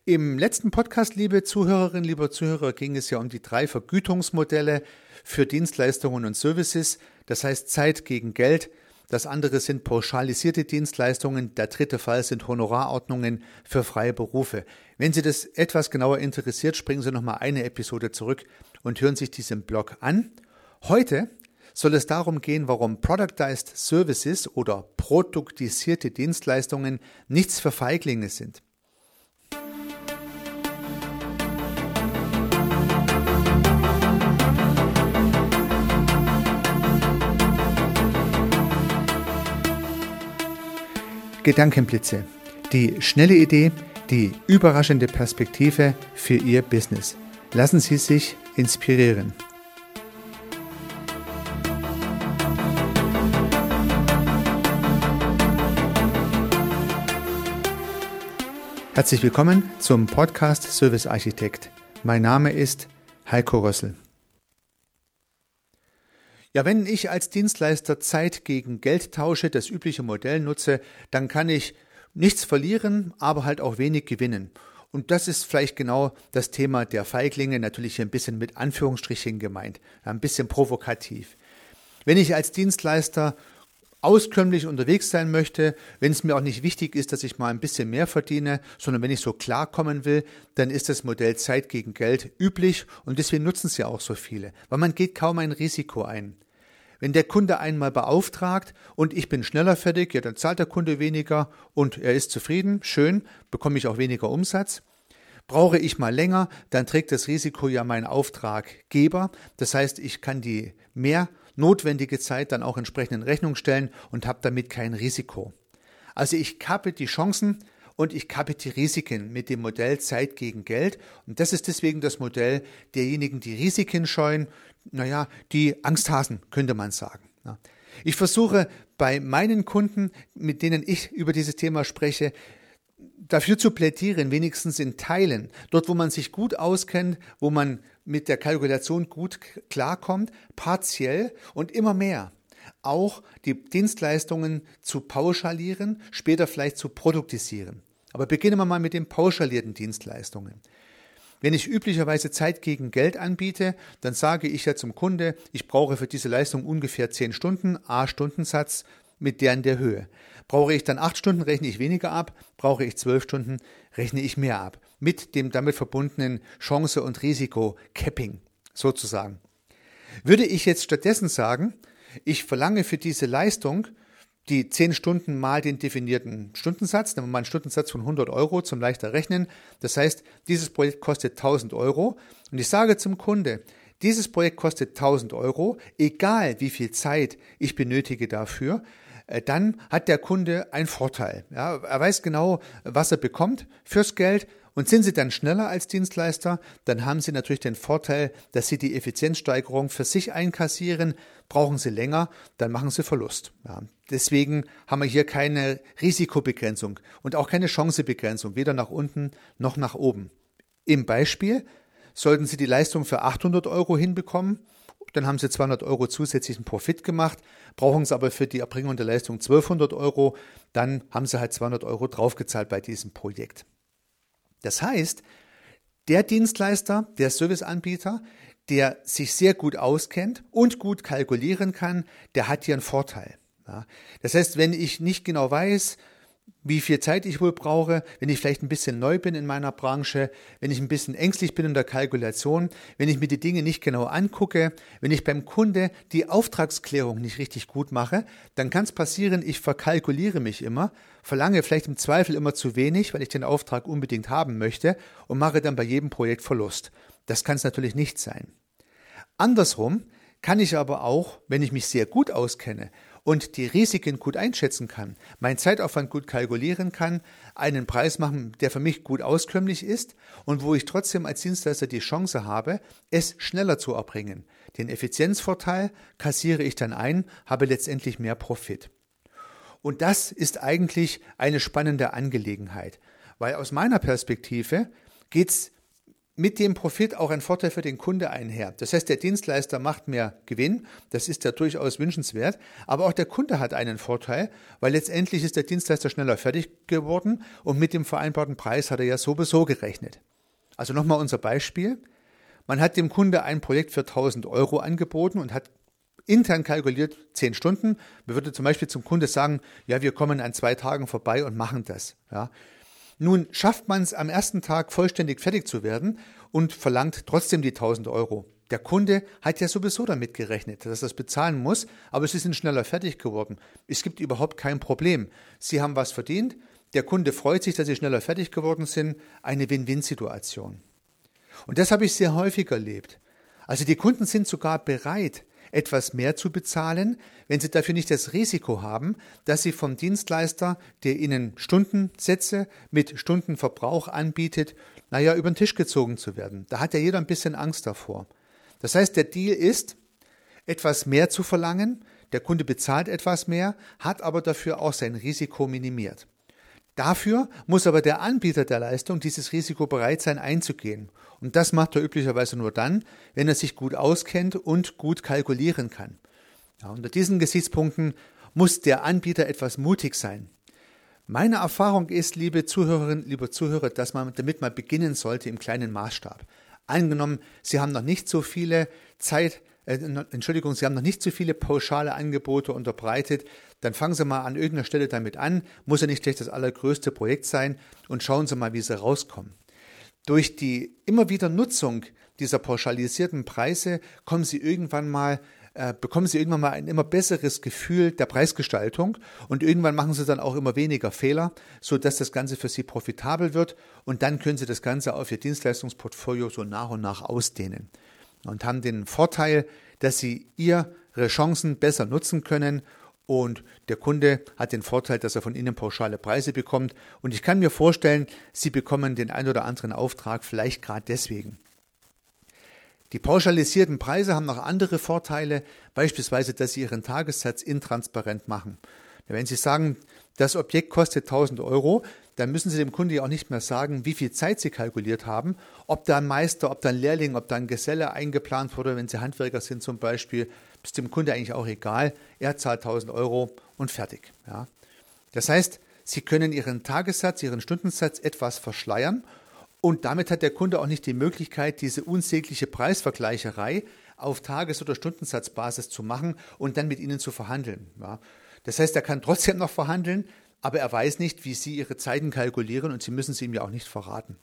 Im letzten Podcast, liebe Zuhörerinnen, lieber Zuhörer, ging es ja um die 3 Vergütungsmodelle für Dienstleistungen und Services, das heißt Zeit gegen Geld. Das andere sind pauschalisierte Dienstleistungen. Der dritte Fall sind Honorarordnungen für freie Berufe. Wenn Sie das etwas genauer interessiert, springen Sie nochmal eine Episode zurück und hören sich diesen Blog an. Heute soll es darum gehen, warum Productized Services oder produktisierte Dienstleistungen nichts für Feiglinge sind. Gedankenblitze. Die schnelle Idee, die überraschende Perspektive für Ihr Business. Lassen Sie sich inspirieren. Herzlich willkommen zum Podcast Service Architekt. Mein Name ist Heiko Rössel. Ja, wenn ich als Dienstleister Zeit gegen Geld tausche, das übliche Modell nutze, dann kann ich nichts verlieren, aber halt auch wenig gewinnen. Und das ist vielleicht genau das Thema der Feiglinge, natürlich ein bisschen mit Anführungsstrichen gemeint, ein bisschen provokativ. Wenn ich als Dienstleister auskömmlich unterwegs sein möchte, wenn es mir auch nicht wichtig ist, dass ich mal ein bisschen mehr verdiene, sondern wenn ich so klarkommen will, dann ist das Modell Zeit gegen Geld üblich und deswegen nutzen es ja auch so viele, weil man geht kaum ein Risiko ein. Wenn der Kunde einmal beauftragt und ich bin schneller fertig, ja, dann zahlt der Kunde weniger und er ist zufrieden, schön, bekomme ich auch weniger Umsatz. Brauche ich mal länger, dann trägt das Risiko ja mein Auftraggeber. Das heißt, ich kann die mehr notwendige Zeit dann auch entsprechend in Rechnung stellen und habe damit kein Risiko. Also ich kappe die Chancen und ich kappe die Risiken mit dem Modell Zeit gegen Geld. Und das ist deswegen das Modell derjenigen, die Risiken scheuen, die Angsthasen, könnte man sagen. Ich versuche bei meinen Kunden, mit denen ich über dieses Thema spreche, dafür zu plädieren, wenigstens in Teilen, dort wo man sich gut auskennt, wo man mit der Kalkulation gut klarkommt, partiell und immer mehr, auch die Dienstleistungen zu pauschalieren, später vielleicht zu produktisieren. Aber beginnen wir mal mit den pauschalierten Dienstleistungen. Wenn ich üblicherweise Zeit gegen Geld anbiete, dann sage ich ja zum Kunde, ich brauche für diese Leistung ungefähr 10 Stunden, Stundensatz mit der in der Höhe. Brauche ich dann 8 Stunden, rechne ich weniger ab, brauche ich 12 Stunden, rechne ich mehr ab. Mit dem damit verbundenen Chance- und Risiko-Capping sozusagen. Würde ich jetzt stattdessen sagen, ich verlange für diese Leistung die 10 Stunden mal den definierten Stundensatz, nehmen wir mal einen Stundensatz von 100 Euro zum leichter Rechnen. Das heißt, dieses Projekt kostet 1000 Euro und ich sage zum Kunde, dieses Projekt kostet 1000 Euro, egal wie viel Zeit ich benötige dafür, dann hat der Kunde einen Vorteil. Ja, er weiß genau, was er bekommt fürs Geld. Und sind Sie dann schneller als Dienstleister, dann haben Sie natürlich den Vorteil, dass Sie die Effizienzsteigerung für sich einkassieren. Brauchen Sie länger, dann machen Sie Verlust. Ja, deswegen haben wir hier keine Risikobegrenzung und auch keine Chancebegrenzung, weder nach unten noch nach oben. Im Beispiel, sollten Sie die Leistung für 800 Euro hinbekommen, dann haben Sie 200 Euro zusätzlichen Profit gemacht. Brauchen Sie aber für die Erbringung der Leistung 1200 Euro, dann haben Sie halt 200 Euro draufgezahlt bei diesem Projekt. Das heißt, der Dienstleister, der Serviceanbieter, der sich sehr gut auskennt und gut kalkulieren kann, der hat hier einen Vorteil. Ja. Das heißt, wenn ich nicht genau weiß, wie viel Zeit ich wohl brauche, wenn ich vielleicht ein bisschen neu bin in meiner Branche, wenn ich ein bisschen ängstlich bin in der Kalkulation, wenn ich mir die Dinge nicht genau angucke, wenn ich beim Kunde die Auftragsklärung nicht richtig gut mache, dann kann es passieren, ich verkalkuliere mich immer, verlange vielleicht im Zweifel immer zu wenig, weil ich den Auftrag unbedingt haben möchte und mache dann bei jedem Projekt Verlust. Das kann es natürlich nicht sein. Andersrum kann ich aber auch, wenn ich mich sehr gut auskenne und die Risiken gut einschätzen kann, meinen Zeitaufwand gut kalkulieren kann, einen Preis machen, der für mich gut auskömmlich ist und wo ich trotzdem als Dienstleister die Chance habe, es schneller zu erbringen. Den Effizienzvorteil kassiere ich dann ein, habe letztendlich mehr Profit. Und das ist eigentlich eine spannende Angelegenheit, weil aus meiner Perspektive geht es mit dem Profit auch ein Vorteil für den Kunde einher. Das heißt, der Dienstleister macht mehr Gewinn, das ist ja durchaus wünschenswert, aber auch der Kunde hat einen Vorteil, weil letztendlich ist der Dienstleister schneller fertig geworden und mit dem vereinbarten Preis hat er ja sowieso gerechnet. Also nochmal unser Beispiel. Man hat dem Kunde ein Projekt für 1.000 Euro angeboten und hat intern kalkuliert 10 Stunden. Man würde zum Beispiel zum Kunde sagen, ja, wir kommen an 2 Tagen vorbei und machen das. Ja. Nun schafft man es am ersten Tag vollständig fertig zu werden und verlangt trotzdem die 1.000 Euro. Der Kunde hat ja sowieso damit gerechnet, dass er das bezahlen muss, aber sie sind schneller fertig geworden. Es gibt überhaupt kein Problem. Sie haben was verdient, der Kunde freut sich, dass sie schneller fertig geworden sind. Eine Win-Win-Situation. Und das habe ich sehr häufig erlebt. Also die Kunden sind sogar bereit, etwas mehr zu bezahlen, wenn sie dafür nicht das Risiko haben, dass sie vom Dienstleister, der ihnen Stundensätze mit Stundenverbrauch anbietet, über den Tisch gezogen zu werden. Da hat ja jeder ein bisschen Angst davor. Das heißt, der Deal ist, etwas mehr zu verlangen, der Kunde bezahlt etwas mehr, hat aber dafür auch sein Risiko minimiert. Dafür muss aber der Anbieter der Leistung dieses Risiko bereit sein einzugehen. Und das macht er üblicherweise nur dann, wenn er sich gut auskennt und gut kalkulieren kann. Ja, unter diesen Gesichtspunkten muss der Anbieter etwas mutig sein. Meine Erfahrung ist, liebe Zuhörerinnen, liebe Zuhörer, dass man damit mal beginnen sollte im kleinen Maßstab. Angenommen, Sie haben noch nicht so viele Sie haben noch nicht so viele pauschale Angebote unterbreitet, dann fangen Sie mal an irgendeiner Stelle damit an, muss ja nicht gleich das allergrößte Projekt sein und schauen Sie mal, wie Sie rauskommen. Durch die immer wieder Nutzung dieser pauschalisierten Preise bekommen Sie irgendwann mal ein immer besseres Gefühl der Preisgestaltung und irgendwann machen Sie dann auch immer weniger Fehler, sodass das Ganze für Sie profitabel wird und dann können Sie das Ganze auf Ihr Dienstleistungsportfolio so nach und nach ausdehnen und haben den Vorteil, dass Sie Ihre Chancen besser nutzen können und der Kunde hat den Vorteil, dass er von Ihnen pauschale Preise bekommt und ich kann mir vorstellen, Sie bekommen den ein oder anderen Auftrag vielleicht gerade deswegen. Die pauschalisierten Preise haben noch andere Vorteile, beispielsweise, dass Sie Ihren Tagessatz intransparent machen. Wenn Sie sagen, das Objekt kostet 1.000 Euro, dann müssen Sie dem Kunde ja auch nicht mehr sagen, wie viel Zeit Sie kalkuliert haben, ob da ein Meister, ob da ein Lehrling, ob da ein Geselle eingeplant wurde, wenn Sie Handwerker sind zum Beispiel, ist dem Kunde eigentlich auch egal, er zahlt 1.000 Euro und fertig. Ja. Das heißt, Sie können Ihren Tagessatz, Ihren Stundensatz etwas verschleiern und damit hat der Kunde auch nicht die Möglichkeit, diese unsägliche Preisvergleicherei auf Tages- oder Stundensatzbasis zu machen und dann mit Ihnen zu verhandeln. Ja. Das heißt, er kann trotzdem noch verhandeln, aber er weiß nicht, wie Sie Ihre Zeiten kalkulieren und Sie müssen sie ihm ja auch nicht verraten.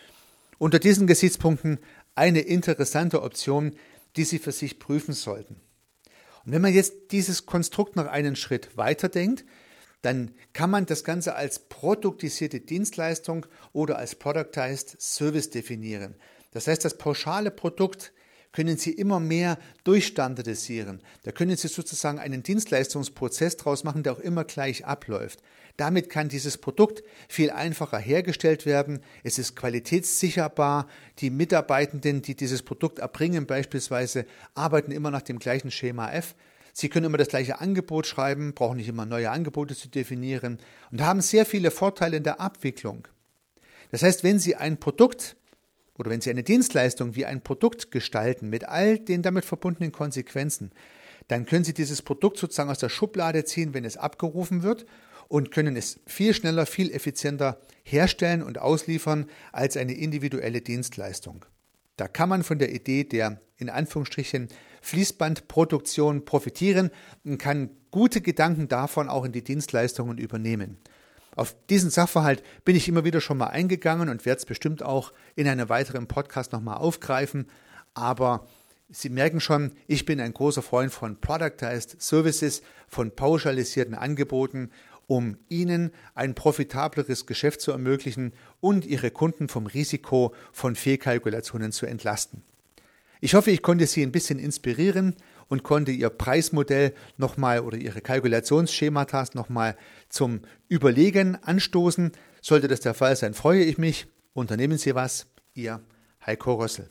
Unter diesen Gesichtspunkten eine interessante Option, die Sie für sich prüfen sollten. Und wenn man jetzt dieses Konstrukt noch einen Schritt weiterdenkt, dann kann man das Ganze als produktisierte Dienstleistung oder als Productized Service definieren. Das heißt, das pauschale Produkt können Sie immer mehr durchstandardisieren. Da können Sie sozusagen einen Dienstleistungsprozess draus machen, der auch immer gleich abläuft. Damit kann dieses Produkt viel einfacher hergestellt werden. Es ist qualitätssicherbar. Die Mitarbeitenden, die dieses Produkt erbringen, beispielsweise, arbeiten immer nach dem gleichen Schema F. Sie können immer das gleiche Angebot schreiben, brauchen nicht immer neue Angebote zu definieren und haben sehr viele Vorteile in der Abwicklung. Das heißt, wenn Sie ein Produkt oder wenn Sie eine Dienstleistung wie ein Produkt gestalten mit all den damit verbundenen Konsequenzen, dann können Sie dieses Produkt sozusagen aus der Schublade ziehen, wenn es abgerufen wird und können es viel schneller, viel effizienter herstellen und ausliefern als eine individuelle Dienstleistung. Da kann man von der Idee der, in Anführungsstrichen, Fließbandproduktion profitieren und kann gute Gedanken davon auch in die Dienstleistungen übernehmen. Auf diesen Sachverhalt bin ich immer wieder schon mal eingegangen und werde es bestimmt auch in einem weiteren Podcast nochmal aufgreifen. Aber Sie merken schon, ich bin ein großer Freund von Productized Services, von pauschalisierten Angeboten, um Ihnen ein profitableres Geschäft zu ermöglichen und Ihre Kunden vom Risiko von Fehlkalkulationen zu entlasten. Ich hoffe, ich konnte Sie ein bisschen inspirieren und konnte Ihr Preismodell nochmal oder Ihre Kalkulationsschemata nochmal zum Überlegen anstoßen. Sollte das der Fall sein, freue ich mich. Unternehmen Sie was. Ihr Heiko Rössel.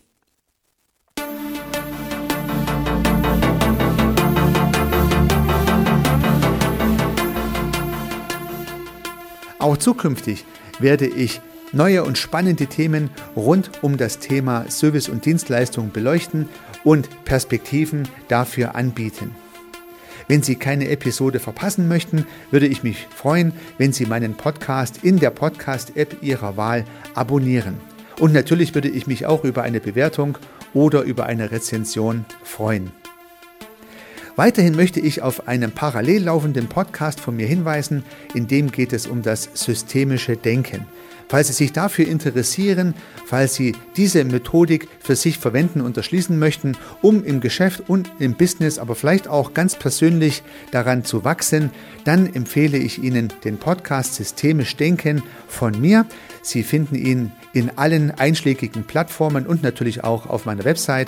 Auch zukünftig werde ich neue und spannende Themen rund um das Thema Service und Dienstleistung beleuchten und Perspektiven dafür anbieten. Wenn Sie keine Episode verpassen möchten, würde ich mich freuen, wenn Sie meinen Podcast in der Podcast-App Ihrer Wahl abonnieren. Und natürlich würde ich mich auch über eine Bewertung oder über eine Rezension freuen. Weiterhin möchte ich auf einen parallel laufenden Podcast von mir hinweisen, in dem geht es um das systemische Denken. Falls Sie sich dafür interessieren, falls Sie diese Methodik für sich verwenden und erschließen möchten, um im Geschäft und im Business, aber vielleicht auch ganz persönlich daran zu wachsen, dann empfehle ich Ihnen den Podcast Systemisch Denken von mir. Sie finden ihn in allen einschlägigen Plattformen und natürlich auch auf meiner Website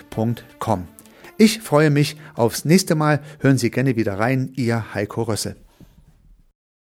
www.servicearchitekt.com. Ich freue mich aufs nächste Mal. Hören Sie gerne wieder rein. Ihr Heiko Rössel.